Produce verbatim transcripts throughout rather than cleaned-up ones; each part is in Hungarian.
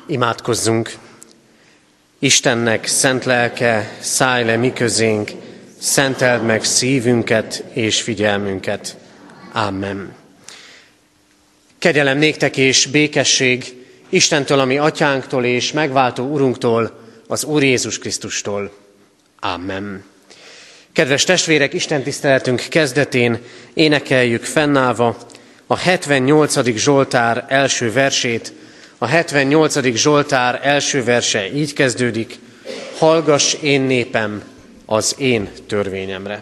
Imádkozzunk! Istennek szent lelke, szállj le mi közénk, szenteld meg szívünket és figyelmünket. Amen. Kegyelem néktek és békesség Istentől, ami atyánktól és megváltó Urunktól, az Úr Jézus Krisztustól. Amen. Kedves testvérek, Isten tiszteletünk kezdetén énekeljük fennállva a hetvennyolcadik Zsoltár első versét. A hetvennyolcadik Zsoltár első verse így kezdődik: hallgass én népem az én törvényemre.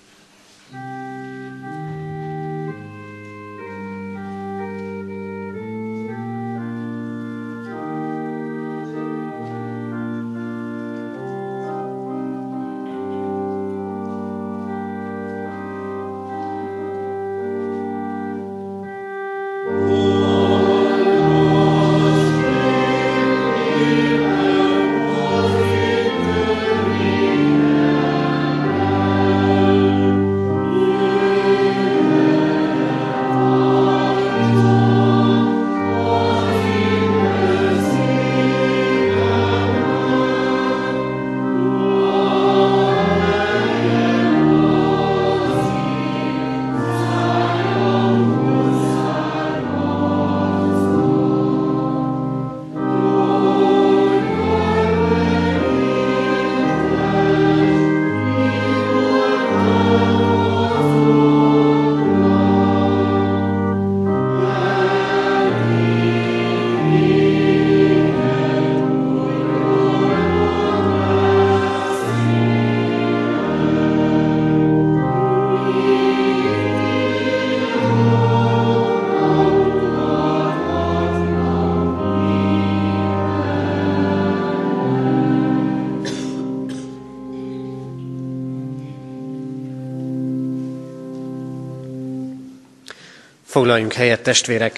Foglaljunk helyet, testvérek!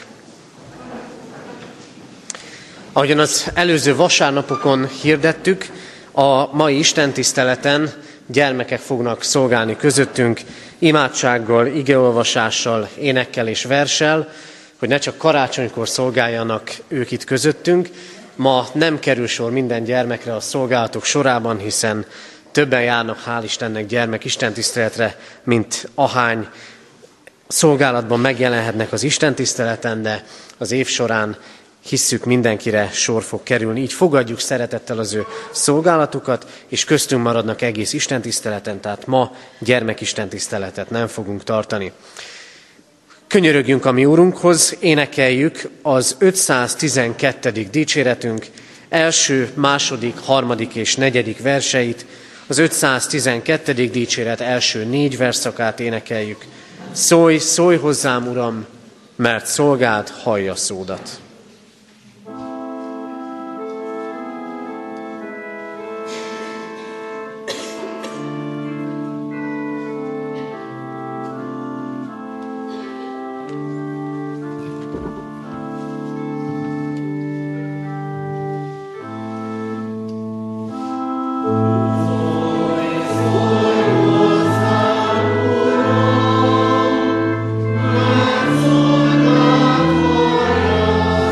Ahogyan az előző vasárnapokon hirdettük, a mai istentiszteleten gyermekek fognak szolgálni közöttünk, imádsággal, igeolvasással, énekkel és verssel, hogy ne csak karácsonykor szolgáljanak ők itt közöttünk. Ma nem kerül sor minden gyermekre a szolgálatok sorában, hiszen többen járnak, hál' Istennek, gyermek istentiszteletre, mint ahány szolgálatban megjelenhetnek az istentiszteleten, de az év során hisszük, mindenkire sor fog kerülni. Így fogadjuk szeretettel az ő szolgálatukat, és köztünk maradnak egész istentiszteleten, tehát ma gyermekistentiszteletet nem fogunk tartani. Könyörögjünk a mi Úrunkhoz, énekeljük az ötszáztizenkettedik dicséretünk első, második, harmadik és negyedik verseit. Az ötszáztizenkettedik dicséret első négy versszakát énekeljük. Szólj, szólj hozzám, Uram, mert szolgád hallja szódat. Oh,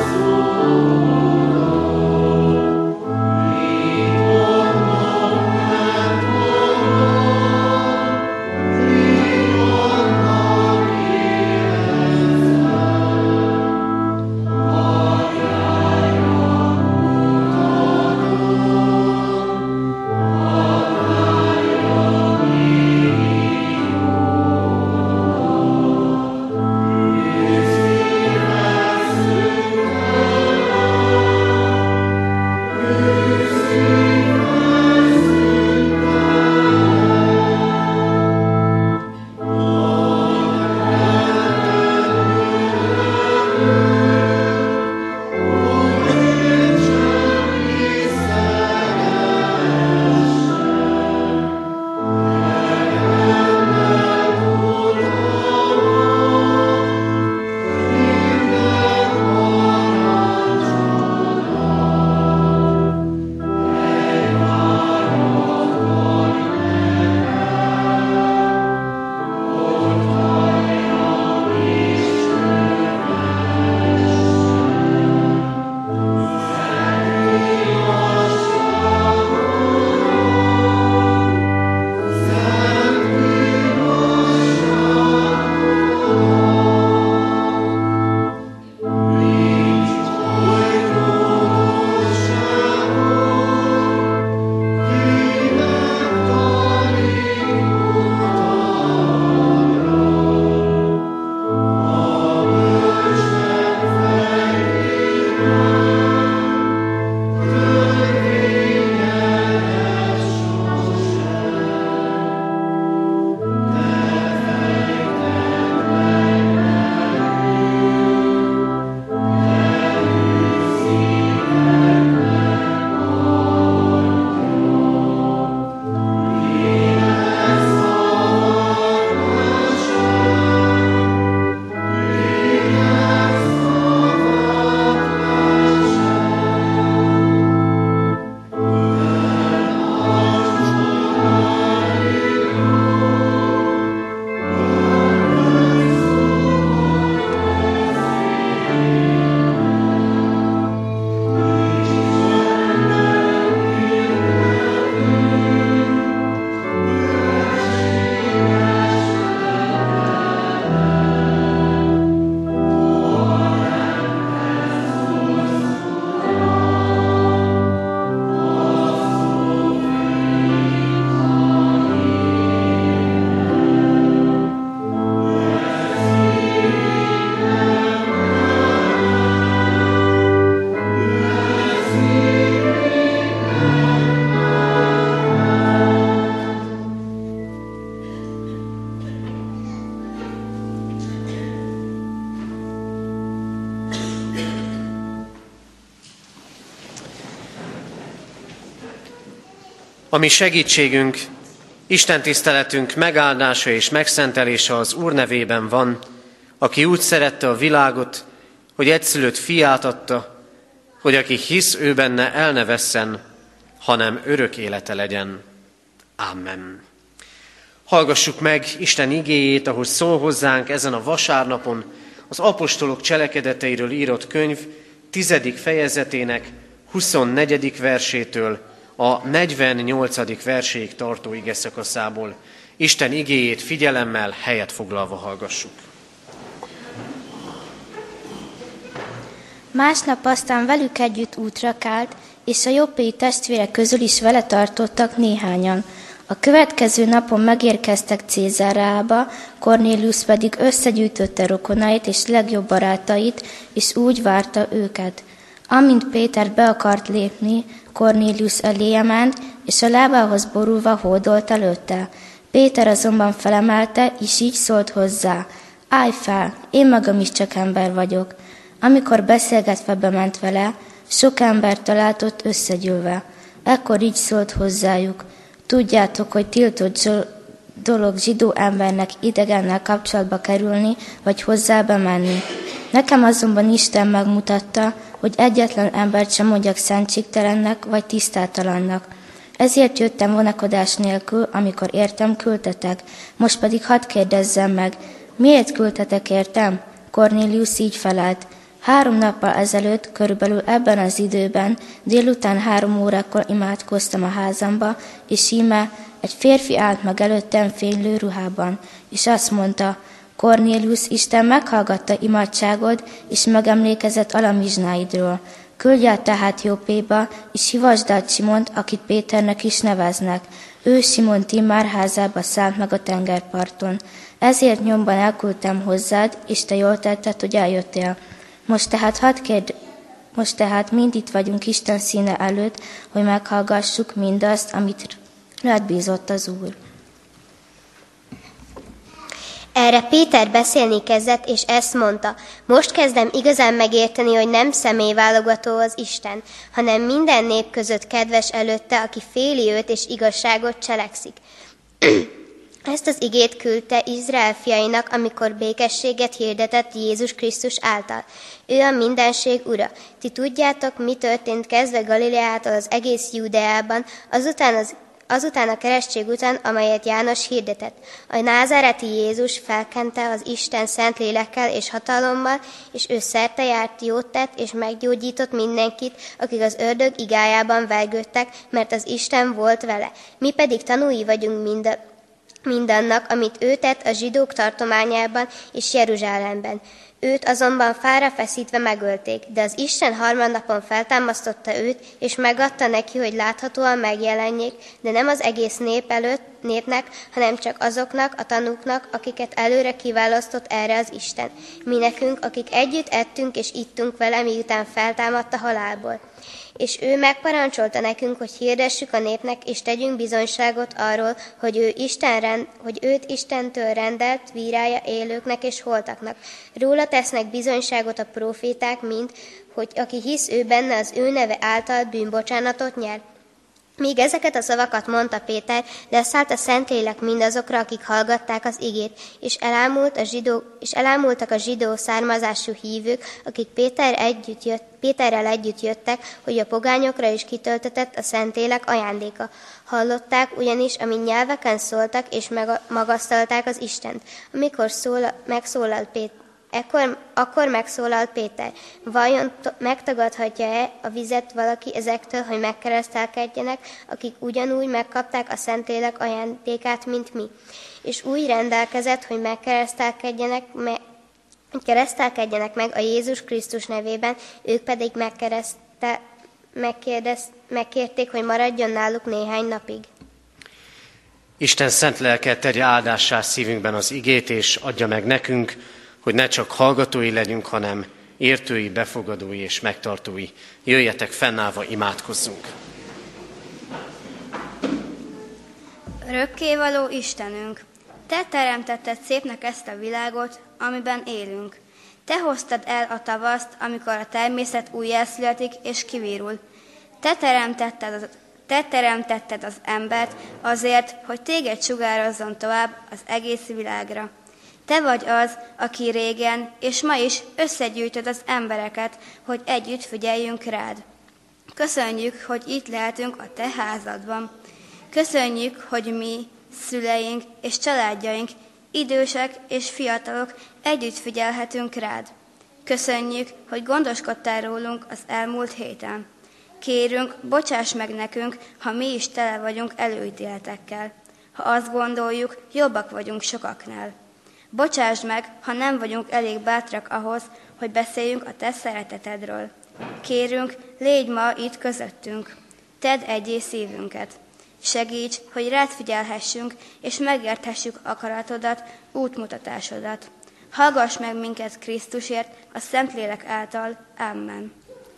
Ami segítségünk, Isten tiszteletünk megáldása és megszentelése az Úr nevében van, aki úgy szerette a világot, hogy egyszülött fiát adta, hogy aki hisz ő benne, el ne vesszen, hanem örök élete legyen. Amen. Hallgassuk meg Isten igéjét, ahogy szól hozzánk ezen a vasárnapon az apostolok cselekedeteiről írott könyv tizedik fejezetének huszonnegyedik versétől a negyvennyolcadik verséig tartó igeszakaszából. Isten igéjét figyelemmel, helyet foglalva hallgassuk. Másnap aztán velük együtt útra kelt, és a jobbéi testvérek közül is vele tartottak néhányan. A következő napon megérkeztek Cézáreába, Kornéliusz pedig összegyűjtötte rokonait és legjobb barátait, és úgy várta őket. Amint Péter be akart lépni, Kornéliusz eléje ment, és a lábához borulva hódolt előtte. Péter azonban felemelte, és így szólt hozzá: állj fel, én magam is csak ember vagyok. Amikor beszélgetve bement vele, sok ember talált ott összegyűlve. Ekkor így szólt hozzájuk: tudjátok, hogy tiltott dolog zsidó embernek idegennel kapcsolatba kerülni, vagy hozzá bemenni. Nekem azonban Isten megmutatta, hogy egyetlen embert sem mondjak szentségtelennek, vagy tisztátalannak. Ezért jöttem vonakodás nélkül, amikor értem, küldtetek. Most pedig hadd kérdezzem meg, miért küldtetek értem? Kornéliusz így felelt: Három nappal ezelőtt, körülbelül ebben az időben, délután három órakor imádkoztam a házamba, és íme egy férfi állt meg előttem fénylő ruhában, és azt mondta: Kornéliusz, Isten meghallgatta imádságod, és megemlékezett alamizsnáidról. Küldj el tehát Jobbéba, és hívasd át Simont, akit Péternek is neveznek. Ő Simon Timmár házába szállt meg a tengerparton. Ezért nyomban elküldtem hozzád, és te jól tetted, hogy eljöttél. Most tehát hadd kérd... Most tehát mind itt vagyunk Isten színe előtt, hogy meghallgassuk mindazt, amit rád bízott az Úr. Erre Péter beszélni kezdett, és ezt mondta: most kezdem igazán megérteni, hogy nem személyválogató az Isten, hanem minden nép között kedves előtte, aki féli őt és igazságot cselekszik. Ezt az igét küldte Izrael fiainak, amikor békességet hirdetett Jézus Krisztus által. Ő a mindenség ura. Ti tudjátok, mi történt kezdve Galileától az egész Júdeában, azután az Azután a keresztség után, amelyet János hirdetett. A názáreti Jézus felkente az Isten szent lélekkel és hatalommal, és ő szerte járt, jót tett, és meggyógyított mindenkit, akik az ördög igájában vergődtek, mert az Isten volt vele. Mi pedig tanúi vagyunk mind, mindannak, amit ő tett a zsidók tartományában és Jeruzsálemben. Őt azonban fára feszítve megölték, de az Isten harmadnapon feltámasztotta őt, és megadta neki, hogy láthatóan megjelenjék, de nem az egész nép előtt, népnek, hanem csak azoknak, a tanúknak, akiket előre kiválasztott erre az Isten. Mi nekünk, akik együtt ettünk és ittunk vele, miután feltámadt a halálból. És ő megparancsolta nekünk, hogy hirdessük a népnek, és tegyünk bizonyságot arról, hogy, ő Isten rend, hogy őt Istentől rendelt bírálja élőknek és holtaknak. Róla tesznek bizonyságot a proféták, mint hogy aki hisz ő benne, az ő neve által bűnbocsánatot nyer. Míg ezeket a szavakat mondta Péter, leszállt a Szentlélek mindazokra, akik hallgatták az igét, és, elámult a zsidó, és elámultak a zsidó származású hívők, akik Péter együtt jött, Péterrel együtt jöttek, hogy a pogányokra is kitöltetett a Szentlélek ajándéka. Hallották ugyanis, amin nyelveken szóltak, és magasztalták az Istent. Amikor szól, megszólalt Péter, Ekkor, akkor megszólalt Péter: vajon megtagadhatja-e a vizet valaki ezektől, hogy megkeresztelkedjenek, akik ugyanúgy megkapták a Szentlélek ajándékát, mint mi? És úgy rendelkezett, hogy megkeresztelkedjenek, me, keresztelkedjenek meg a Jézus Krisztus nevében, ők pedig megkérték, hogy maradjon náluk néhány napig. Isten szent lelke tegye áldássá szívünkben az igét, és adja meg nekünk, hogy ne csak hallgatói legyünk, hanem értői, befogadói és megtartói. Jöjjetek fennállva, imádkozzunk! Örökkévaló Istenünk, Te teremtetted szépnek ezt a világot, amiben élünk. Te hoztad el a tavaszt, amikor a természet újjászületik és kivirul. Te teremtetted, az, Te teremtetted az embert azért, hogy téged sugározzon tovább az egész világra. Te vagy az, aki régen és ma is összegyűjtöd az embereket, hogy együtt figyeljünk rád. Köszönjük, hogy itt lehetünk a te házadban. Köszönjük, hogy mi, szüleink és családjaink, idősek és fiatalok együtt figyelhetünk rád. Köszönjük, hogy gondoskodtál rólunk az elmúlt héten. Kérünk, bocsáss meg nekünk, ha mi is tele vagyunk előítéletekkel. Ha azt gondoljuk, jobbak vagyunk sokaknál. Bocsáss meg, ha nem vagyunk elég bátrak ahhoz, hogy beszéljünk a te szeretetedről. Kérünk, légy ma itt közöttünk. Tedd egyé szívünket. Segíts, hogy rád figyelhessünk, és megérthessük akaratodat, útmutatásodat. Hallgass meg minket Krisztusért, a Szentlélek által. Amen.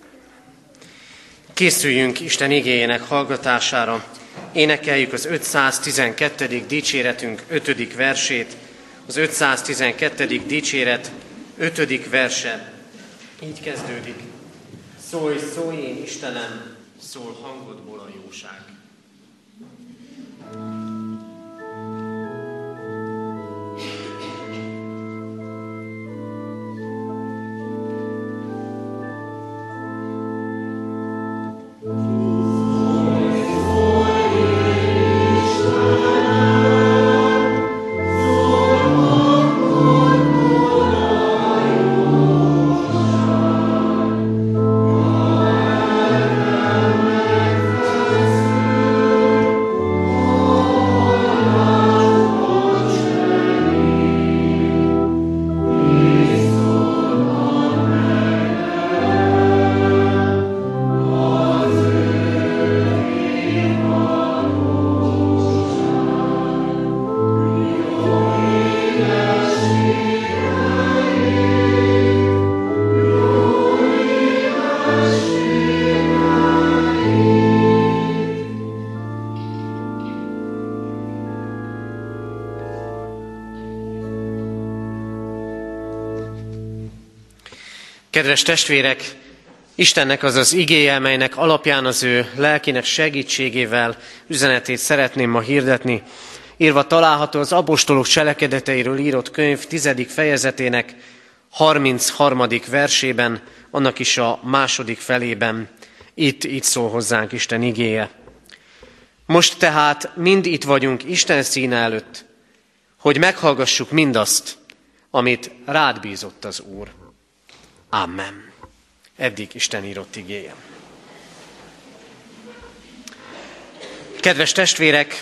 Készüljünk Isten igéjének hallgatására. Énekeljük az ötszáztizenkettedik dicséretünk ötödik versét. Az ötszáztizenkettedik dicséret ötödik verse. Így kezdődik. Szólj, szólj én Istenem, szól hangodból a jóság. Kedves testvérek, Istennek az az igéje, melynek alapján az ő lelkének segítségével üzenetét szeretném ma hirdetni. Írva található az apostolok cselekedeteiről írott könyv tizedik fejezetének harmincharmadik versében, annak is a második felében. Itt, itt szól hozzánk Isten igéje. Most tehát mind itt vagyunk Isten színe előtt, hogy meghallgassuk mindazt, amit rád bízott az Úr. Amen. Eddig Isten írott igéje. Kedves testvérek,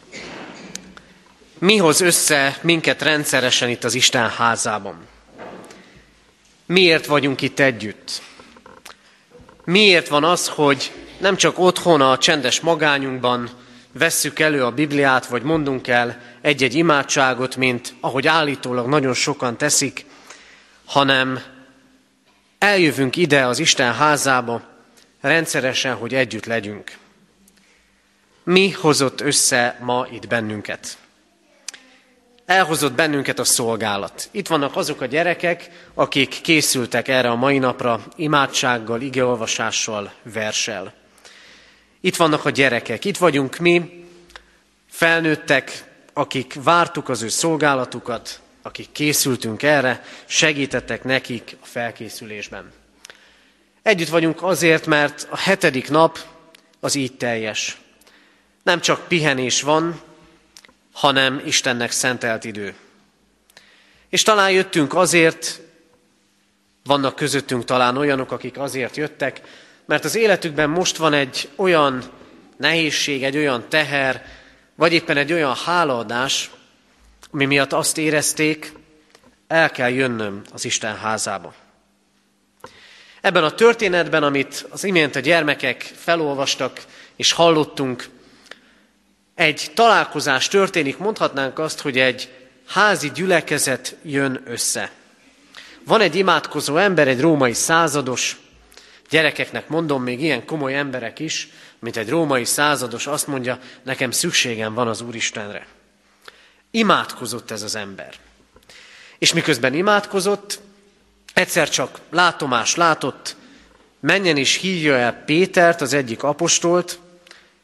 mi hoz össze minket rendszeresen itt az Isten házában? Miért vagyunk itt együtt? Miért van az, hogy nem csak otthon a csendes magányunkban vesszük elő a Bibliát, vagy mondunk el egy-egy imádságot, mint ahogy állítólag nagyon sokan teszik, hanem eljövünk ide az Isten házába rendszeresen, hogy együtt legyünk. Mi hozott össze ma itt bennünket? Elhozott bennünket a szolgálat. Itt vannak azok a gyerekek, akik készültek erre a mai napra imádsággal, igeolvasással, verssel. Itt vannak a gyerekek, itt vagyunk mi, felnőttek, akik vártuk az ő szolgálatukat, akik készültünk erre, segítettek nekik a felkészülésben. Együtt vagyunk azért, mert a hetedik nap az így teljes. Nem csak pihenés van, hanem Istennek szentelt idő. És talán jöttünk azért, vannak közöttünk talán olyanok, akik azért jöttek, mert az életükben most van egy olyan nehézség, egy olyan teher, vagy éppen egy olyan hálaadás, ami miatt azt érezték, el kell jönnöm az Isten házába. Ebben a történetben, amit az imént a gyermekek felolvastak és hallottunk, egy találkozás történik, mondhatnánk azt, hogy egy házi gyülekezet jön össze. Van egy imádkozó ember, egy római százados, gyerekeknek mondom, még ilyen komoly emberek is, mint egy római százados, azt mondja, nekem szükségem van az Úristenre. Imádkozott ez az ember. És miközben imádkozott, egyszer csak látomás látott, menjen és hívja el Pétert, az egyik apostolt,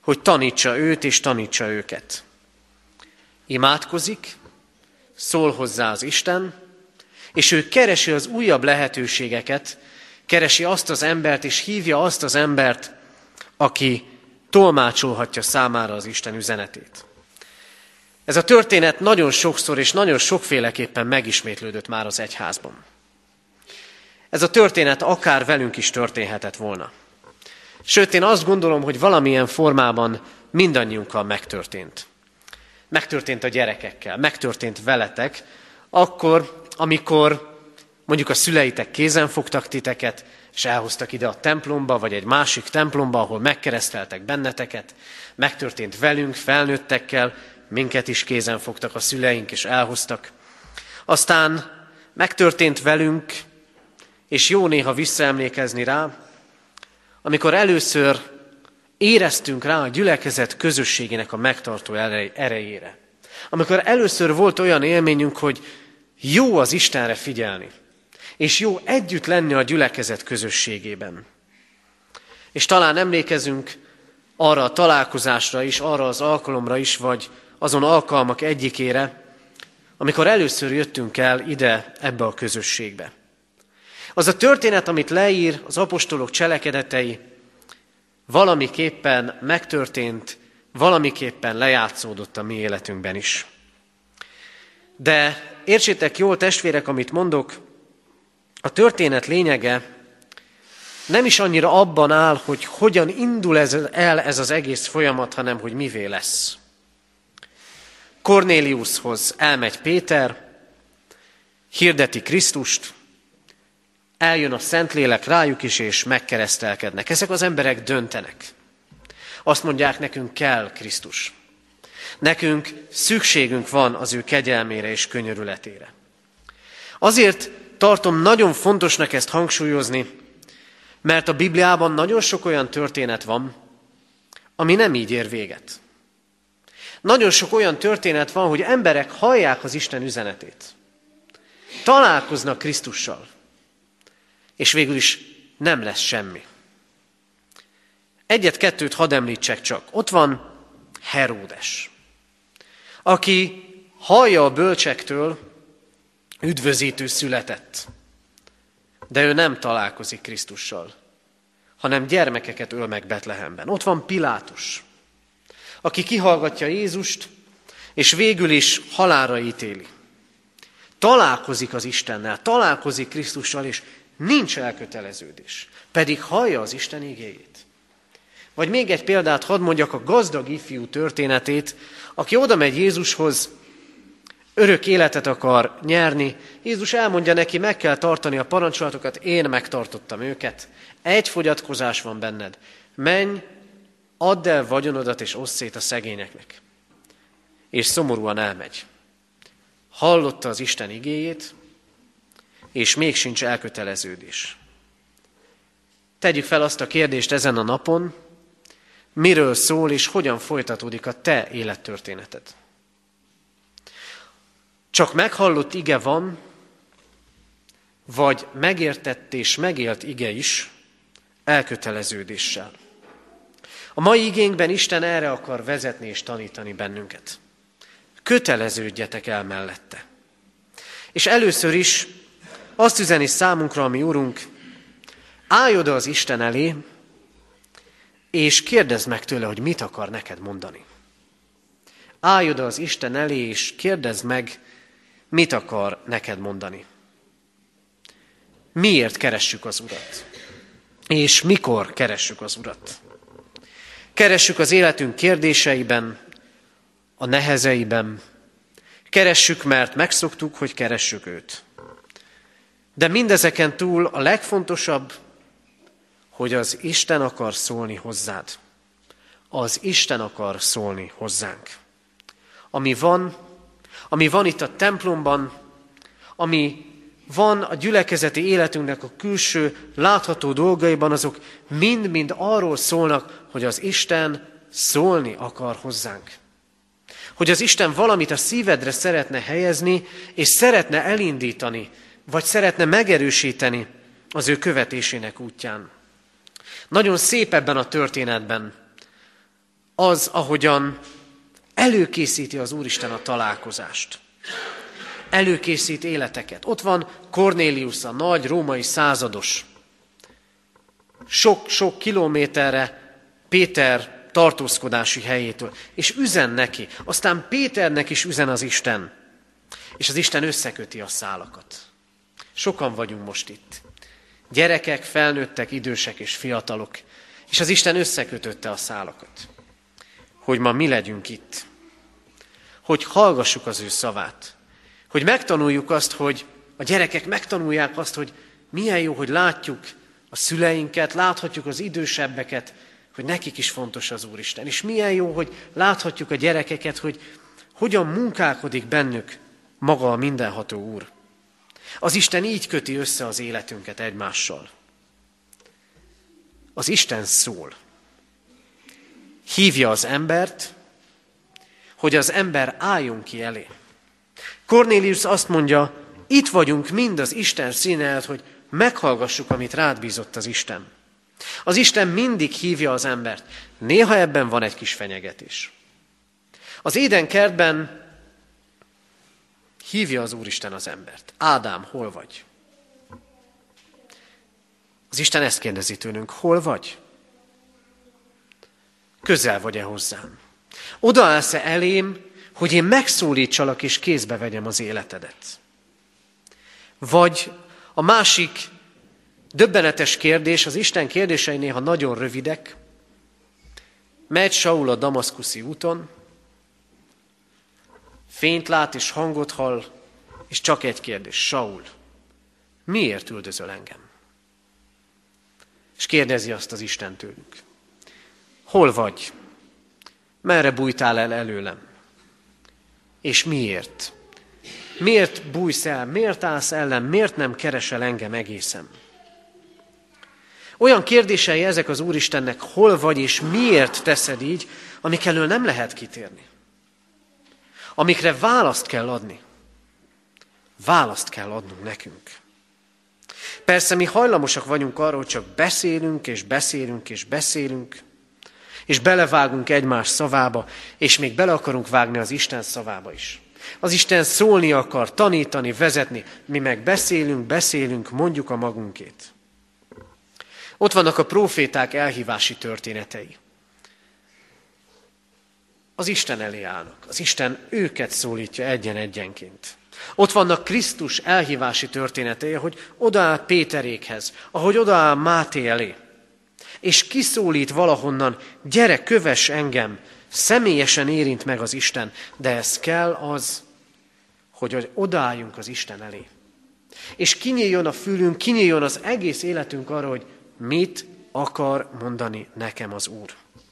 hogy tanítsa őt és tanítsa őket. Imádkozik, szól hozzá az Isten, és ő keresi az újabb lehetőségeket, keresi azt az embert, és hívja azt az embert, aki tolmácsolhatja számára az Isten üzenetét. Ez a történet nagyon sokszor és nagyon sokféleképpen megismétlődött már az egyházban. Ez a történet akár velünk is történhetett volna. Sőt, én azt gondolom, hogy valamilyen formában mindannyiunkkal megtörtént. Megtörtént a gyerekekkel, megtörtént veletek, akkor, amikor mondjuk a szüleitek kézen fogtak titeket, és elhoztak ide a templomba, vagy egy másik templomba, ahol megkereszteltek benneteket. Megtörtént velünk, felnőttekkel, minket is kézen fogtak a szüleink, és elhoztak. Aztán megtörtént velünk, és jó néha visszaemlékezni rá, amikor először éreztünk rá a gyülekezet közösségének a megtartó erejére. Amikor először volt olyan élményünk, hogy jó az Istenre figyelni, és jó együtt lenni a gyülekezet közösségében. És talán emlékezünk arra a találkozásra is, arra az alkalomra is, vagy azon alkalmak egyikére, amikor először jöttünk el ide, ebbe a közösségbe. Az a történet, amit leír az apostolok cselekedetei, valamiképpen megtörtént, valamiképpen lejátszódott a mi életünkben is. De értsétek jól, testvérek, amit mondok, a történet lényege nem is annyira abban áll, hogy hogyan indul ez el ez az egész folyamat, hanem hogy mivé lesz. Kornéliushoz elmegy Péter, hirdeti Krisztust, eljön a Szentlélek rájuk is, és megkeresztelkednek. Ezek az emberek döntenek. Azt mondják, nekünk kell Krisztus. Nekünk szükségünk van az ő kegyelmére és könyörületére. Azért tartom nagyon fontosnak ezt hangsúlyozni, mert a Bibliában nagyon sok olyan történet van, ami nem így ér véget. Nagyon sok olyan történet van, hogy emberek hallják az Isten üzenetét. Találkoznak Krisztussal, és végül is nem lesz semmi. Egyet-kettőt hadd említsek csak. Ott van Heródes, aki hallja a bölcsektől, üdvözítő született, de ő nem találkozik Krisztussal, hanem gyermekeket öl meg Betlehemben. Ott van Pilátus, aki kihallgatja Jézust, és végül is halálra ítéli. Találkozik az Istennel, találkozik Krisztussal, és nincs elköteleződés, pedig hallja az Isten igéjét. Vagy még egy példát hadd mondjak, a gazdag ifjú történetét, aki oda megy Jézushoz, örök életet akar nyerni. Jézus elmondja neki, meg kell tartani a parancsolatokat, én megtartottam őket. Egy fogyatkozás van benned. Menj, add el vagyonodat, és osszd szét a szegényeknek. És szomorúan elmegy. Hallotta az Isten igéjét, és még sincs elköteleződés. Tegyük fel azt a kérdést ezen a napon, miről szól és hogyan folytatódik a te élettörténeted. Csak meghallott ige van, vagy megértett és megélt ige is elköteleződéssel. A mai igénkben Isten erre akar vezetni és tanítani bennünket. Köteleződjetek el mellette. És először is azt üzeni számunkra, ami Urunk, állj oda az Isten elé, és kérdezd meg tőle, hogy mit akar neked mondani. Állj oda az Isten elé, és kérdezd meg, mit akar neked mondani. Miért keressük az Urat? És mikor keressük az Urat? Keressük az életünk kérdéseiben, a nehezeiben. Keressük, mert megszoktuk, hogy keressük őt. De mindezeken túl a legfontosabb, hogy az Isten akar szólni hozzád. Az Isten akar szólni hozzánk. Ami van, ami van itt a templomban, ami van a gyülekezeti életünknek a külső, látható dolgaiban, azok mind-mind arról szólnak, hogy az Isten szólni akar hozzánk. Hogy az Isten valamit a szívedre szeretne helyezni, és szeretne elindítani, vagy szeretne megerősíteni az ő követésének útján. Nagyon szép ebben a történetben az, ahogyan előkészíti az Úristen a találkozást. Előkészít életeket. Ott van Kornélius, a nagy római százados. Sok-sok kilométerre Péter tartózkodási helyétől, és üzen neki. Aztán Péternek is üzen az Isten, és az Isten összeköti a szálakat. Sokan vagyunk most itt. Gyerekek, felnőttek, idősek és fiatalok, és az Isten összekötötte a szálakat. Hogy ma mi legyünk itt. Hogy hallgassuk az ő szavát. Hogy megtanuljuk azt, hogy a gyerekek megtanulják azt, hogy milyen jó, hogy látjuk a szüleinket, láthatjuk az idősebbeket, hogy nekik is fontos az Úristen. És milyen jó, hogy láthatjuk a gyerekeket, hogy hogyan munkálkodik bennük maga a mindenható Úr. Az Isten így köti össze az életünket egymással. Az Isten szól. Hívja az embert, hogy az ember álljon ki elé. Kornélius azt mondja, itt vagyunk mind az Isten színe előtt, hogy meghallgassuk, amit rád bízott az Isten. Az Isten mindig hívja az embert. Néha ebben van egy kis fenyegetés. Az Édenkertben hívja az Úristen az embert. Ádám, hol vagy? Az Isten ezt kérdezi tőlünk, hol vagy? Közel vagy-e hozzám? Odaállsz-e elém, hogy én megszólítsalak és kézbe vegyem az életedet? Vagy a másik döbbenetes kérdés, az Isten kérdései néha nagyon rövidek. Megy Saul a damaszkuszi úton, fényt lát és hangot hall, és csak egy kérdés, Saul, miért üldözöl engem? És kérdezi azt az Isten tőlünk. Hol vagy? Merre bújtál el előlem? És miért? Miért bújsz el? Miért állsz ellen? Miért nem keresel engem egészen? Olyan kérdései ezek az Úristennek, hol vagy és miért teszed így, amik elől nem lehet kitérni. Amikre választ kell adni. Választ kell adnunk nekünk. Persze mi hajlamosak vagyunk arra, hogy csak beszélünk és beszélünk és beszélünk, és belevágunk egymás szavába, és még bele akarunk vágni az Isten szavába is. Az Isten szólni akar, tanítani, vezetni, mi meg beszélünk, beszélünk, mondjuk a magunkét. Ott vannak a próféták elhívási történetei. Az Isten elé állnak, az Isten őket szólítja egyen-egyenként. Ott vannak Krisztus elhívási történetei, hogy odaáll Péterékhez, ahogy odaáll Máté elé, és kiszólít valahonnan, gyere, kövess engem, személyesen érint meg az Isten, de ez kell az, hogy odaálljunk az Isten elé. És kinyíljon a fülünk, kinyíljon az egész életünk arra, hogy mit akar mondani nekem az Úr.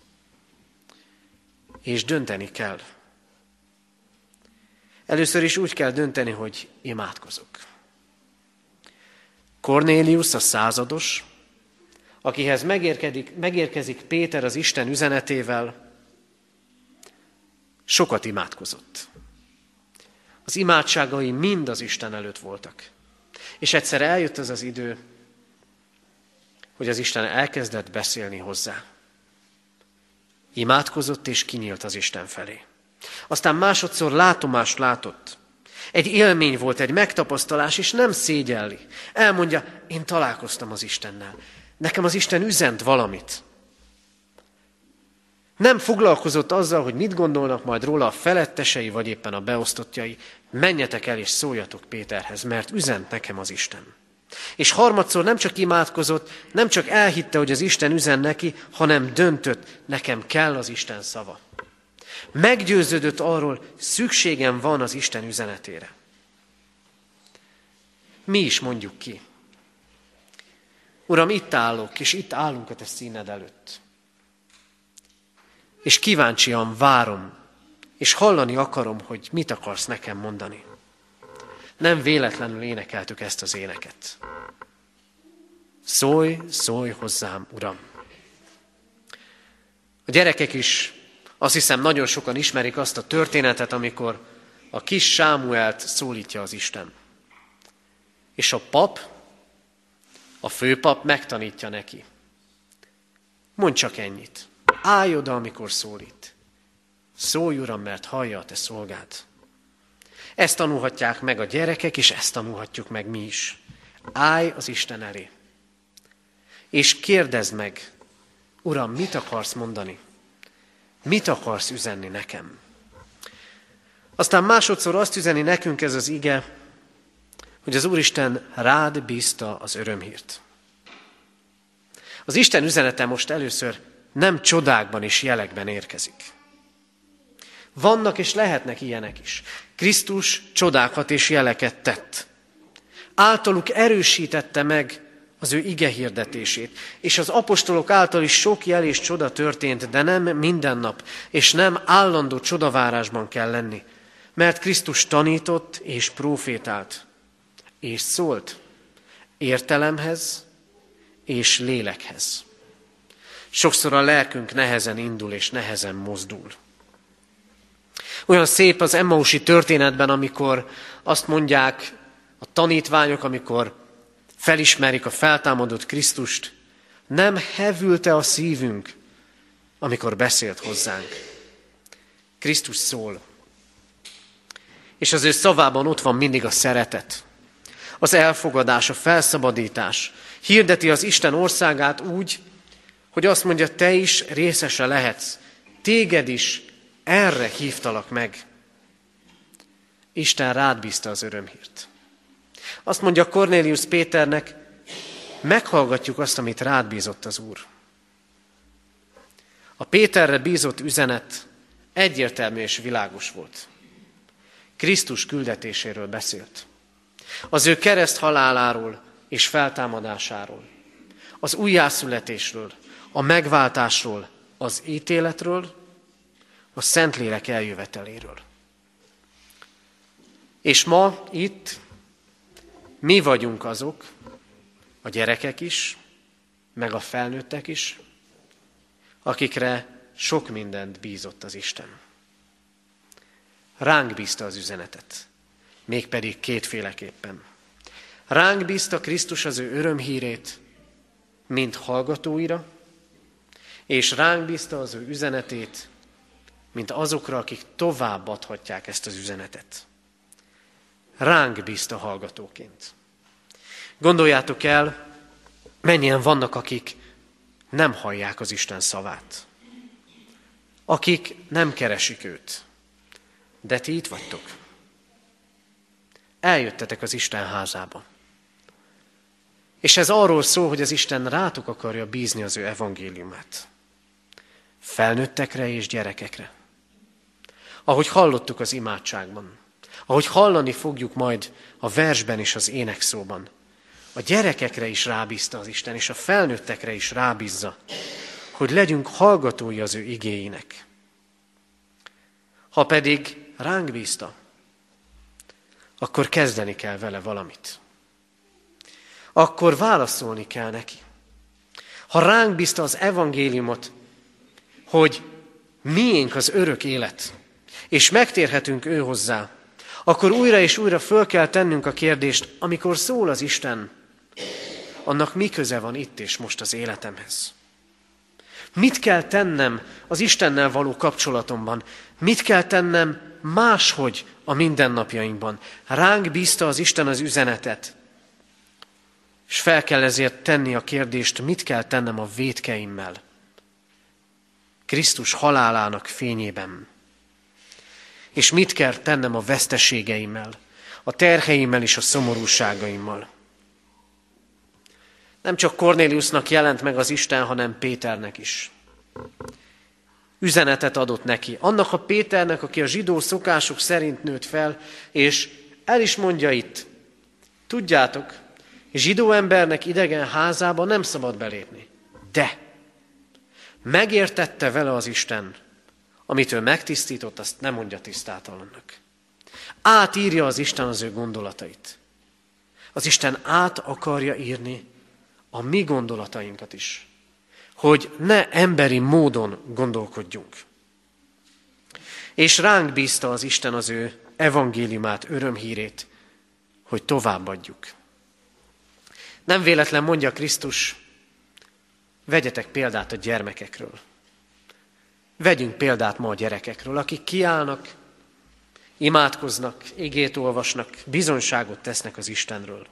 És dönteni kell. Először is úgy kell dönteni, hogy imádkozok. Kornélius a százados, akihez megérkezik, megérkezik Péter az Isten üzenetével, sokat imádkozott. Az imádságai mind az Isten előtt voltak. És egyszer eljött az az idő, hogy az Isten elkezdett beszélni hozzá. Imádkozott és kinyílt az Isten felé. Aztán másodszor látomást látott. Egy élmény volt, egy megtapasztalás, és nem szégyelli. Elmondja, én találkoztam az Istennel. Nekem az Isten üzent valamit. Nem foglalkozott azzal, hogy mit gondolnak majd róla a felettesei, vagy éppen a beosztottjai. Menjetek el és szóljatok Péterhez, mert üzent nekem az Isten. És harmadszor nem csak imádkozott, nem csak elhitte, hogy az Isten üzen neki, hanem döntött, nekem kell az Isten szava. Meggyőződött arról, szükségem van az Isten üzenetére. Mi is mondjuk ki. Uram, itt állok, és itt állunk a te színed előtt. És kíváncsian várom, és hallani akarom, hogy mit akarsz nekem mondani. Nem véletlenül énekeltük ezt az éneket. Szólj, szólj hozzám, Uram! A gyerekek is, azt hiszem, nagyon sokan ismerik azt a történetet, amikor a kis Sámuelt szólítja az Isten. És a pap, a főpap megtanítja neki. Mondj csak ennyit. Állj oda, amikor szólít. Szólj, Uram, mert hallja a te szolgád. Ezt tanulhatják meg a gyerekek, és ezt tanulhatjuk meg mi is. Állj az Isten elé. És kérdezd meg, Uram, mit akarsz mondani? Mit akarsz üzenni nekem? Aztán másodszor azt üzeni nekünk ez az ige, hogy az Úristen rád bízta az örömhírt. Az Isten üzenete most először nem csodákban és jelekben érkezik. Vannak és lehetnek ilyenek is. Krisztus csodákat és jeleket tett. Általuk erősítette meg az ő ige hirdetését, és az apostolok által is sok jel és csoda történt, de nem minden nap, és nem állandó csodavárásban kell lenni, mert Krisztus tanított és prófétált, és szólt értelemhez és lélekhez. Sokszor a lelkünk nehezen indul és nehezen mozdul. Olyan szép az Emmausi történetben, amikor azt mondják a tanítványok, amikor felismerik a feltámadott Krisztust, nem hevülte a szívünk, amikor beszélt hozzánk. Krisztus szól. És az ő szavában ott van mindig a szeretet, az elfogadás, a felszabadítás. Hirdeti az Isten országát úgy, hogy azt mondja, te is részese lehetsz. Téged is erre hívtalak meg. Isten rád bízta az örömhírt. Azt mondja Kornélius Péternek, meghallgatjuk azt, amit rád bízott az Úr. A Péterre bízott üzenet egyértelmű és világos volt. Krisztus küldetéséről beszélt. Az ő kereszt haláláról és feltámadásáról. Az újjászületésről, a megváltásról, az ítéletről, a Szentlélek eljöveteléről. És ma itt mi vagyunk azok, a gyerekek is, meg a felnőttek is, akikre sok mindent bízott az Isten. Ránk bízta az üzenetet, mégpedig kétféleképpen. Ránk bízta Krisztus az ő örömhírét, mint hallgatóira, és ránk bízta az ő üzenetét, mint azokra, akik tovább adhatják ezt az üzenetet. Ránk bízta hallgatóként. Gondoljátok el, mennyien vannak, akik nem hallják az Isten szavát. Akik nem keresik őt. De ti itt vagytok. Eljöttetek az Isten házába. És ez arról szól, hogy az Isten rátok akarja bízni az ő evangéliumát. Felnőttekre és gyerekekre. Ahogy hallottuk az imádságban, ahogy hallani fogjuk majd a versben és az énekszóban, a gyerekekre is rábízta az Isten, és a felnőttekre is rábízza, hogy legyünk hallgatói az ő igéinek. Ha pedig ránk bízta, akkor kezdeni kell vele valamit. Akkor válaszolni kell neki. Ha ránk bízta az evangéliumot, hogy miénk az örök élet, és megtérhetünk ő hozzá, akkor újra és újra föl kell tennünk a kérdést, amikor szól az Isten, annak mi köze van itt és most az életemhez? Mit kell tennem az Istennel való kapcsolatomban? Mit kell tennem máshogy a mindennapjainkban? Ránk bízta az Isten az üzenetet, és fel kell ezért tenni a kérdést, mit kell tennem a vétkeimmel? Krisztus halálának fényében. És mit kell tennem a veszteségeimmel, a terheimmel és a szomorúságaimmal? Nem csak Kornéliusnak jelent meg az Isten, hanem Péternek is. Üzenetet adott neki. Annak a Péternek, aki a zsidó szokások szerint nőtt fel, és el is mondja itt, tudjátok, zsidó embernek idegen házába nem szabad belépni. De megértette vele az Isten, amit ő megtisztított, azt nem mondja tisztátalannak. Átírja az Isten az ő gondolatait. Az Isten át akarja írni a mi gondolatainkat is, hogy ne emberi módon gondolkodjunk. És ránk bízta az Isten az ő evangéliumát, örömhírét, hogy továbbadjuk. Nem véletlen mondja Krisztus, vegyetek példát a gyermekekről. Vegyünk példát ma a gyerekekről, akik kiállnak, imádkoznak, igét olvasnak, bizonyságot tesznek az Istenről.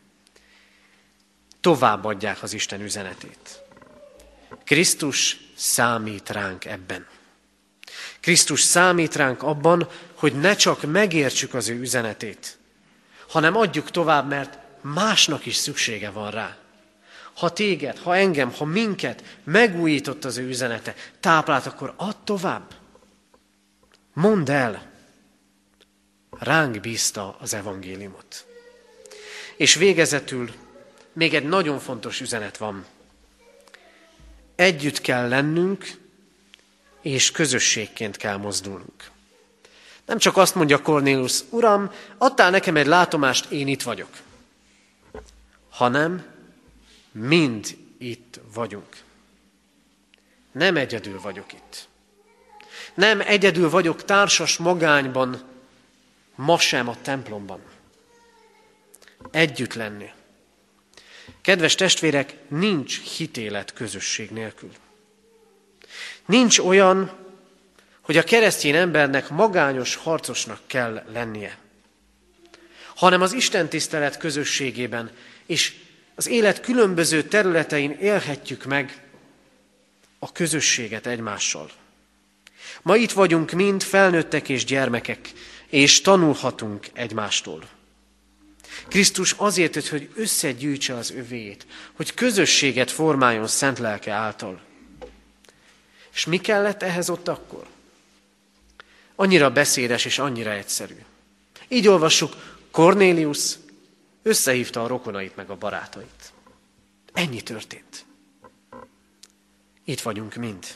Továbbadják az Isten üzenetét. Krisztus számít ránk ebben. Krisztus számít ránk abban, hogy ne csak megértsük az ő üzenetét, hanem adjuk tovább, mert másnak is szüksége van rá. Ha téged, ha engem, ha minket megújított az ő üzenete, táplált, akkor add tovább. Mondd el. Ránk bízta az evangéliumot. És végezetül még egy nagyon fontos üzenet van. Együtt kell lennünk, és közösségként kell mozdulnunk. Nem csak azt mondja Kornélius, Uram, adtál nekem egy látomást, én itt vagyok. Hanem mind itt vagyunk. Nem egyedül vagyok itt. Nem egyedül vagyok társas magányban, ma sem a templomban. Együtt lenni. Kedves testvérek, nincs hitélet közösség nélkül. Nincs olyan, hogy a keresztény embernek magányos harcosnak kell lennie, hanem az istentisztelet közösségében és az élet különböző területein élhetjük meg a közösséget egymással. Ma itt vagyunk mind felnőttek és gyermekek, és tanulhatunk egymástól. Krisztus azért jött, hogy összegyűjtse az övéit, hogy közösséget formáljon szent lelke által. És mi kellett ehhez ott akkor? Annyira beszédes és annyira egyszerű. Így olvassuk, Kornélius összehívta a rokonait meg a barátait. Ennyi történt. Itt vagyunk mind.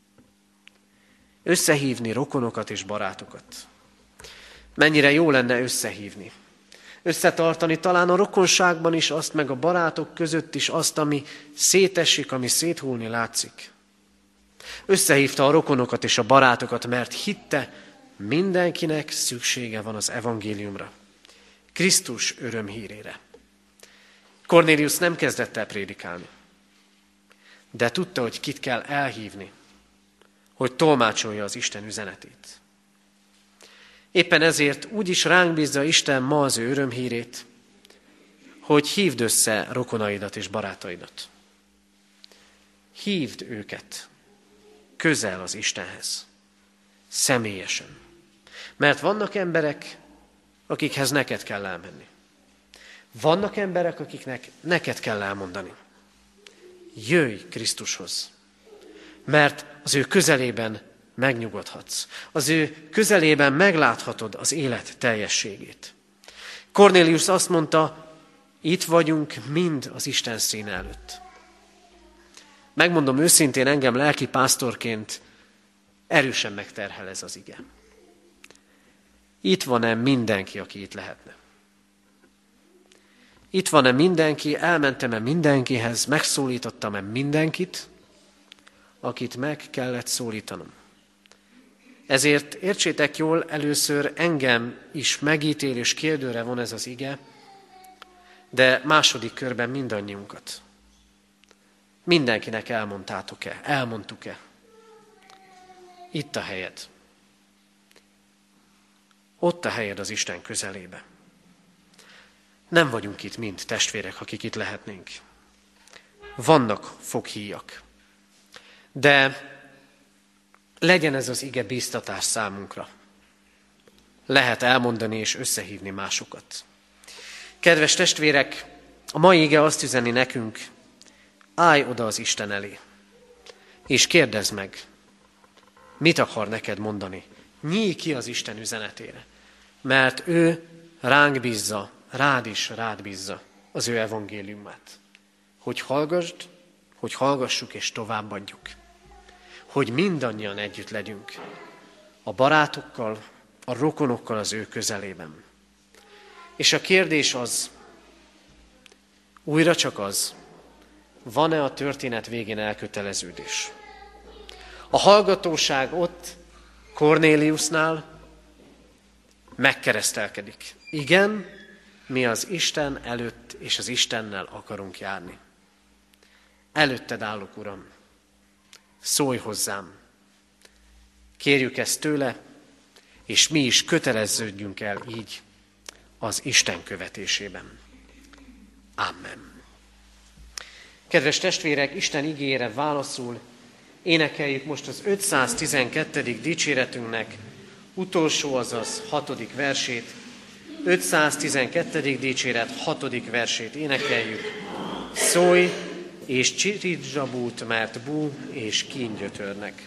Összehívni rokonokat és barátokat. Mennyire jó lenne összehívni. Összetartani talán a rokonságban is azt, meg a barátok között is azt, ami szétesik, ami széthulni látszik. Összehívta a rokonokat és a barátokat, mert hitte, mindenkinek szüksége van az evangéliumra. Krisztus örömhírére. Kornélius nem kezdett el prédikálni, de tudta, hogy kit kell elhívni, hogy tolmácsolja az Isten üzenetét. Éppen ezért úgy is ránk bízza Isten ma az ő örömhírét, hogy hívd össze rokonaidat és barátaidat. Hívd őket közel az Istenhez, személyesen. Mert vannak emberek, akikhez neked kell elmenni. Vannak emberek, akiknek neked kell elmondani. Jöjj Krisztushoz, mert az ő közelében megnyugodhatsz. Az ő közelében megláthatod az élet teljességét. Kornélius azt mondta, itt vagyunk mind az Isten színe előtt. Megmondom őszintén, engem lelki pásztorként erősen megterhel ez az ige. Itt van-e mindenki, aki itt lehetne? Itt van-e mindenki, elmentem-e mindenkihez, megszólítottam-e mindenkit, akit meg kellett szólítanom? Ezért értsétek jól, először engem is megítél és kérdőre von ez az ige, de második körben mindannyiunkat. Mindenkinek elmondtátok-e? Elmondtuk-e? Itt a helyed. Ott a helyed az Isten közelébe. Nem vagyunk itt mind testvérek, akik itt lehetnénk. Vannak foghíjak. De legyen ez az ige bíztatás számunkra. Lehet elmondani és összehívni másokat. Kedves testvérek, a mai ige azt üzeni nekünk, állj oda az Isten elé, és kérdezd meg, mit akar neked mondani. Nyílj ki az Isten üzenetére, mert ő ránk bízza, rád is rád bízza az ő evangéliumát. Hogy hallgassd, hogy hallgassuk és továbbadjuk. Hogy mindannyian együtt legyünk a barátokkal, a rokonokkal az ő közelében. És a kérdés az, újra csak az, van-e a történet végén elköteleződés? A hallgatóság ott Kornéliusnál megkeresztelkedik. Igen, mi az Isten előtt és az Istennel akarunk járni. Előtted állok, Uram, szólj hozzám, Kérjük ezt tőle, és mi is köteleződjünk el így az Isten követésében. Amen. Kedves testvérek, Isten igéjére válaszul énekeljük most az ötszáztizenkettedik dicséretünknek utolsó, azaz hatodik versét. ötszáztizenkettedik dicséret hatodik versét énekeljük. Szólj és csirítsd zsabút, mert bú és kín gyötörnek.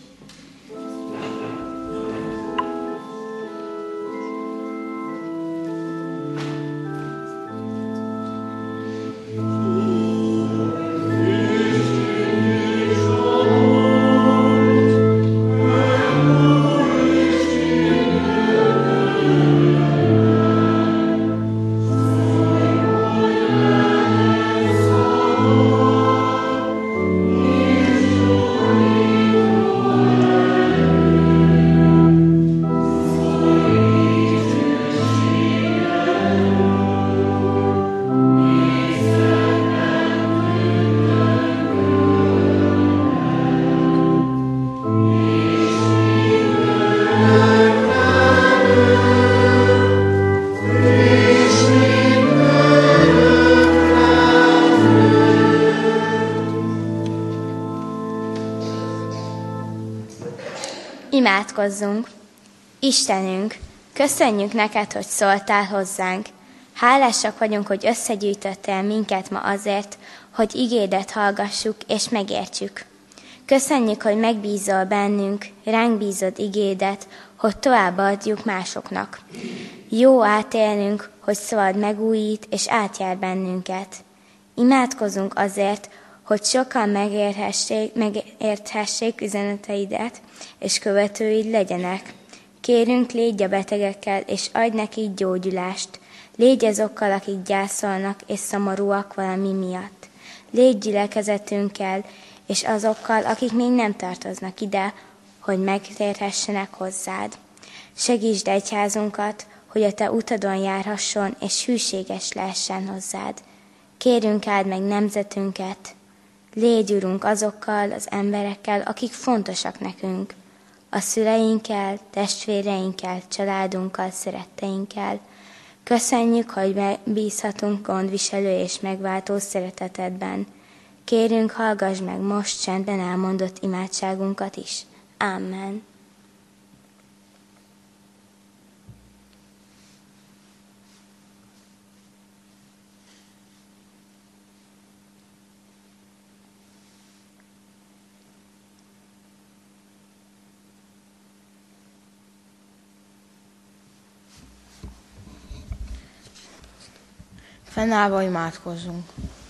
Imádkozzunk! Istenünk, köszönjük neked, hogy szóltál hozzánk. Hálásak vagyunk, hogy összegyűjtöttél minket ma azért, hogy igédet hallgassuk és megértsük. Köszönjük, hogy megbízol bennünk, ránk bízod igédet, hogy továbbadjuk másoknak. Jó átélnünk, hogy szavad megújít és átjár bennünket. Imádkozunk azért, hogy sokan megérthessék, megérthessék üzeneteidet, és követőid legyenek. Kérünk, légy a betegekkel, és adj nekik gyógyulást. Légy azokkal, akik gyászolnak, és szomorúak valami miatt. Légy gyülekezetünkkel, és azokkal, akik még nem tartoznak ide, hogy megtérhessenek hozzád. Segítsd egyházunkat, hogy a te utadon járhasson, és hűséges lehessen hozzád. Kérünk, áld meg nemzetünket. Légy, Urunk, azokkal az emberekkel, akik fontosak nekünk. A szüleinkkel, testvéreinkkel, családunkkal, szeretteinkkel. Köszönjük, hogy megbízhatunk gondviselő és megváltó szeretetedben. Kérünk, hallgass meg most csendben elmondott imádságunkat is. Amen. Fennállva imádkozzunk.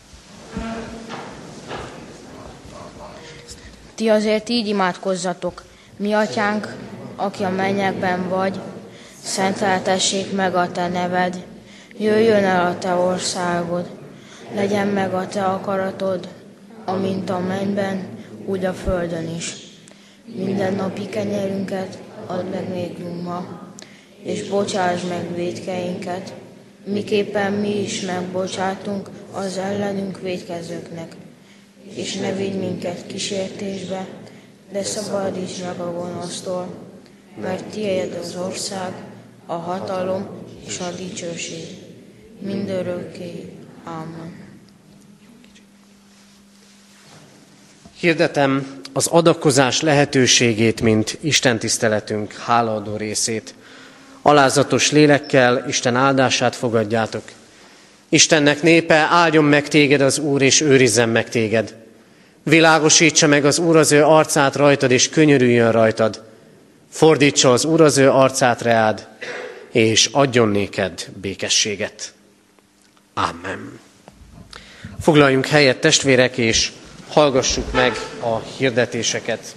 Ti azért így imádkozzatok, mi atyánk, aki a mennyekben vagy, szenteltessék meg a te neved, jöjjön el a te országod, legyen meg a te akaratod, amint a mennyben, úgy a földön is. Minden napi kenyerünket add meg nékünk ma, és bocsásd meg vétkeinket, miképpen mi is megbocsátunk az ellenünk vétkezőknek. És ne vigy minket kísértésbe, de szabadíts meg a gonosztól, mert tiéd az ország, a hatalom és a dicsőség. Mindörökké. Amen. Hirdetem az adakozás lehetőségét, mint istentiszteletünk hálaadó részét. Alázatos lélekkel Isten áldását fogadjátok. Istennek népe, áldjon meg téged az Úr, és őrizzen meg téged. Világosítsa meg az Úr az ő arcát rajtad, és könyörüljön rajtad. Fordítsa az Úr az ő arcát reád, és adjon néked békességet. Amen. Foglaljunk helyet, testvérek, és hallgassuk meg a hirdetéseket.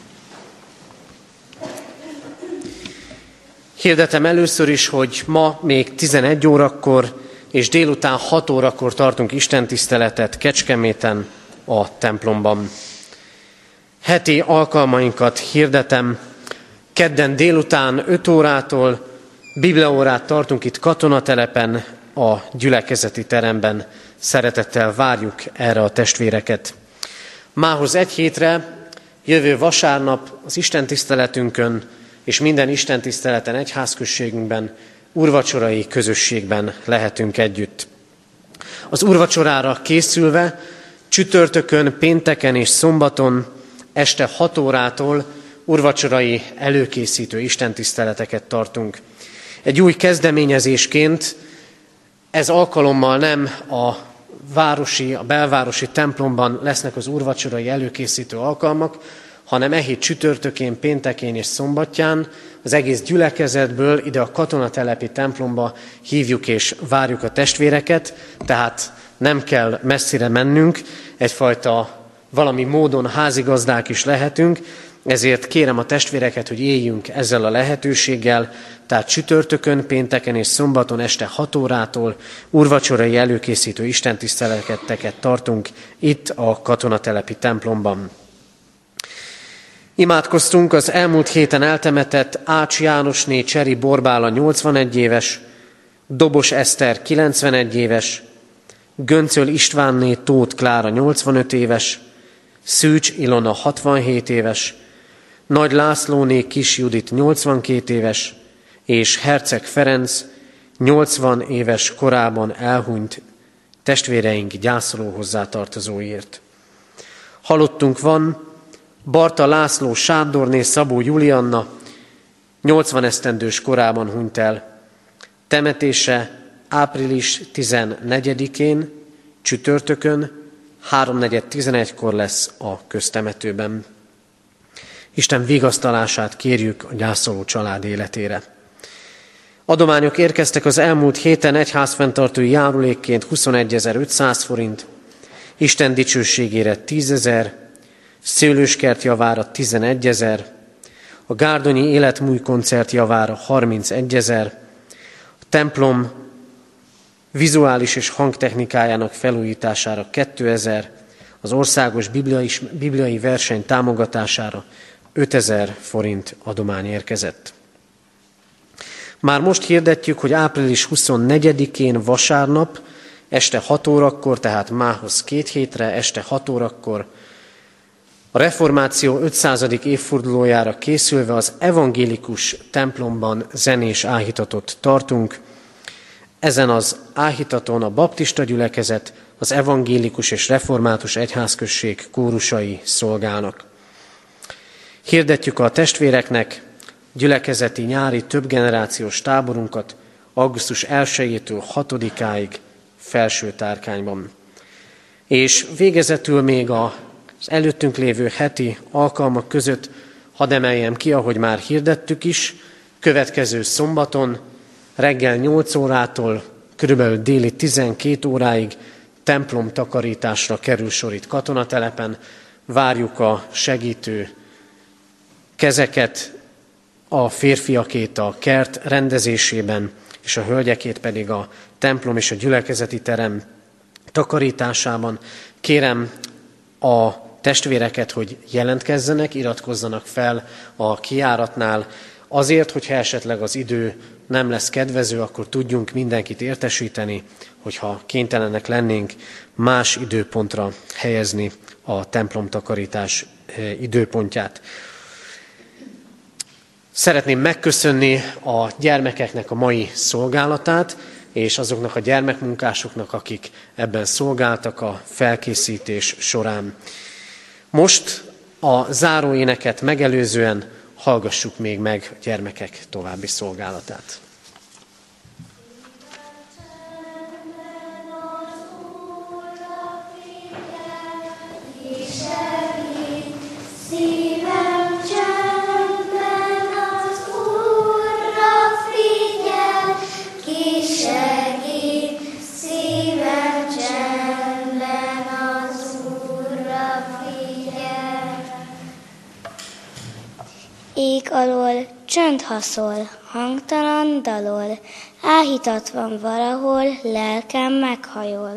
Hirdetem először is, hogy ma még tizenegy órakor és délután hat órakor tartunk istentiszteletet Kecskeméten a templomban. Heti alkalmainkat hirdetem. Kedden délután öt órától bibliaórát tartunk itt Katonatelepen, a gyülekezeti teremben. Szeretettel várjuk erre a testvéreket. Mához egy hétre Jövő vasárnap az istentiszteletünkön és minden istentiszteleten egyházközségünkben, úrvacsorai közösségben lehetünk együtt. Az úrvacsorára készülve csütörtökön, pénteken és szombaton este hat órától úrvacsorai előkészítő istentiszteleteket tartunk. Egy új kezdeményezésként ez alkalommal nem a városi, a belvárosi templomban lesznek az úrvacsorai előkészítő alkalmak, hanem e hét csütörtökén, péntekén és szombatján az egész gyülekezetből ide a katonatelepi templomba hívjuk és várjuk a testvéreket, tehát nem kell messzire mennünk, egyfajta valami módon házigazdák is lehetünk, ezért kérem a testvéreket, hogy éljünk ezzel a lehetőséggel, tehát csütörtökön, pénteken és szombaton este hat órától úrvacsorai előkészítő istentiszteleteket tartunk itt a katonatelepi templomban. Imádkoztunk az elmúlt héten eltemetett Ács Jánosné Cseri Borbála nyolcvanegy éves, Dobos Eszter kilencvenegy éves, Göncöl Istvánné Tóth Klára nyolcvanöt éves, Szűcs Ilona hatvanhét éves, Nagy Lászlóné Kis Judit nyolcvankét éves, és Herceg Ferenc nyolcvan éves korában elhunyt testvéreink gyászoló hozzátartozóért. Halottunk van Barta László Sándorné Szabó Julianna, nyolcvan esztendős korában hunyt el. Temetése április tizennegyedikén, csütörtökön, háromnegyed tizenegykor lesz a köztemetőben. Isten vigasztalását kérjük a gyászoló család életére. Adományok érkeztek az elmúlt héten egyházfenntartói járulékként huszonegyezer-ötszáz forint, Isten dicsőségére tízezer, Szőlőskert javára tizenegyezer, a Gárdonyi Életmúj koncert javára harmincegyezer, a templom vizuális és hangtechnikájának felújítására kétezer, az országos bibliai, bibliai verseny támogatására ötezer forint adomány érkezett. Már most hirdetjük, hogy április huszonnegyedikén vasárnap este hat órakor, tehát mához két hétre este hat órakor a reformáció ötszázadik évfordulójára készülve az evangélikus templomban zenés áhítatot tartunk. Ezen az áhítaton a baptista gyülekezet, az evangélikus és református egyházközség kórusai szolgálnak. Hirdetjük a testvéreknek gyülekezeti nyári többgenerációs táborunkat augusztus elsejétől hatodikáig Felső Tárkányban. És végezetül még az előttünk lévő heti alkalmak között hadd emeljem ki, ahogy már hirdettük is, következő szombaton reggel nyolc órától körülbelül déli tizenkét óráig templom takarításra kerül sor itt katonatelepen. Várjuk a segítő kezeket, a férfiakét a kert rendezésében, és a hölgyekét pedig a templom és a gyülekezeti terem takarításában. Kérem a testvéreket, hogy jelentkezzenek, iratkozzanak fel a kijáratnál, azért, hogyha esetleg az idő nem lesz kedvező, akkor tudjunk mindenkit értesíteni, hogyha kénytelenek lennénk más időpontra helyezni a templomtakarítás időpontját. Szeretném megköszönni a gyermekeknek a mai szolgálatát, és azoknak a gyermekmunkásoknak, akik ebben szolgáltak a felkészítés során. Most a záróéneket megelőzően hallgassuk még meg a gyermekek további szolgálatát. Ég alól csönd haszol, hangtalan dalol, áhítat van valahol, lelkem meghajol.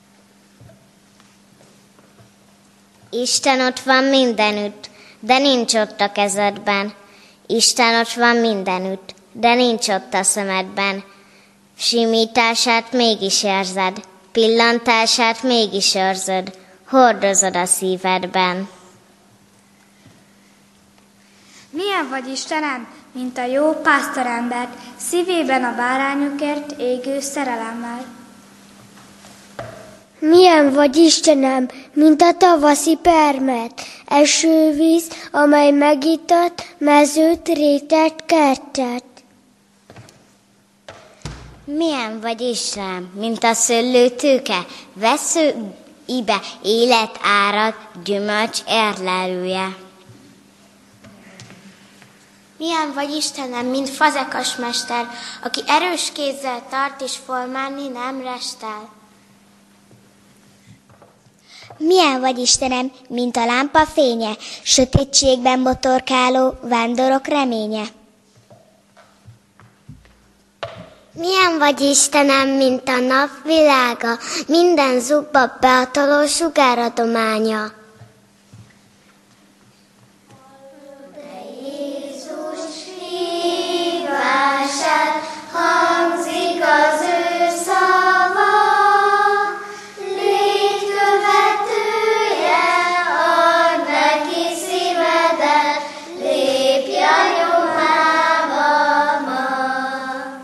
Isten ott van mindenütt, de nincs ott a kezedben. Isten ott van mindenütt, de nincs ott a szemedben. Simítását mégis érzed, pillantását mégis őrzöd, hordozod a szívedben. Milyen vagy, Istenem, mint a jó pásztorembert, szívében a bárányokért égő szerelemmel. Milyen vagy, Istenem, mint a tavaszi permet, esővíz, amely megított mezőt, rétet, kertet. Milyen vagy, Istenem, mint a szőlőtőke, veszőibe élet árad, gyümölcs érlelője. Milyen vagy, Istenem, mint fazekas mester, aki erős kézzel tart és formálni nem restel. Milyen vagy, Istenem, mint a lámpa fénye, sötétségben botorkáló vándorok reménye. Milyen vagy, Istenem, mint a nap világa, minden zugba behatoló sugáradománya. Hívását hangzik az ő szava, légy követője, add neki szívedet, lépj a nyomába ma.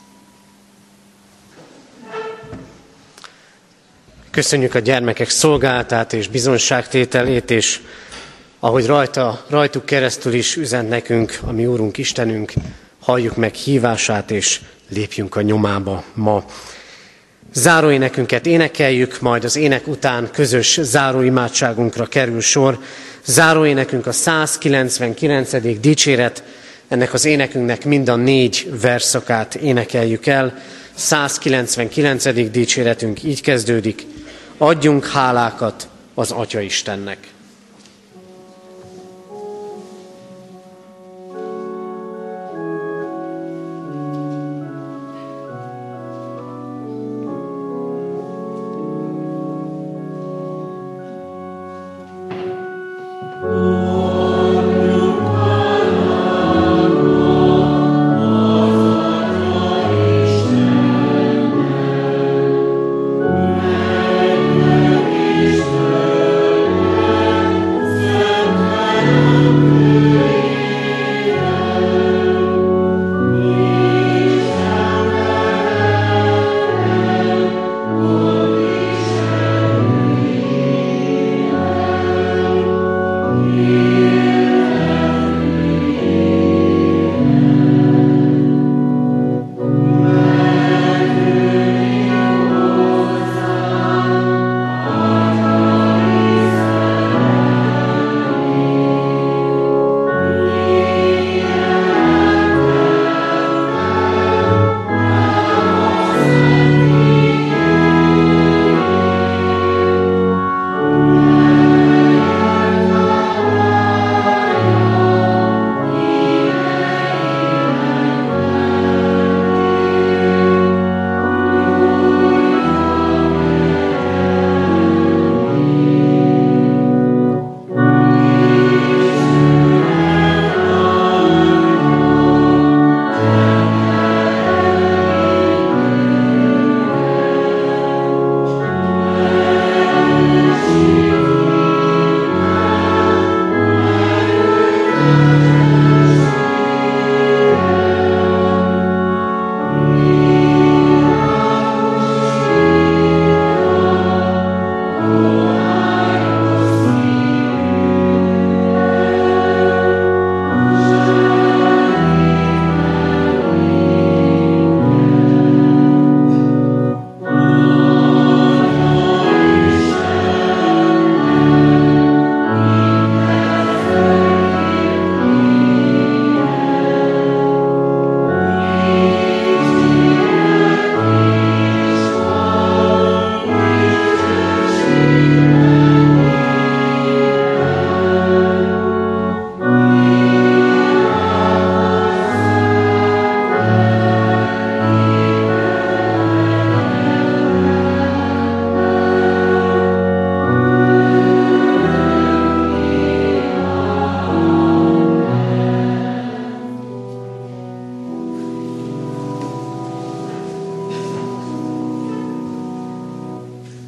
Köszönjük a gyermekek szolgálatát és bizonságtételét, és ahogy rajta, rajtuk keresztül is üzent nekünk a mi Úrunk Istenünk, halljuk meg hívását, és lépjünk a nyomába ma. Záróénekünket énekeljük, majd az ének után közös záróimádságunkra kerül sor. Záróénekünk a százkilencvenkilencedik dicséret, ennek az énekünknek mind a négy verszakát énekeljük el. százkilencvenkilencedik dicséretünk így kezdődik: adjunk hálákat az Atya Istennek.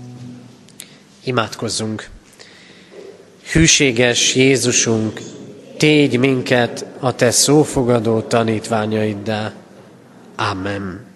Imádkozzunk! Hűséges Jézusunk, tégy minket a te szófogadó tanítványaiddá. Amen.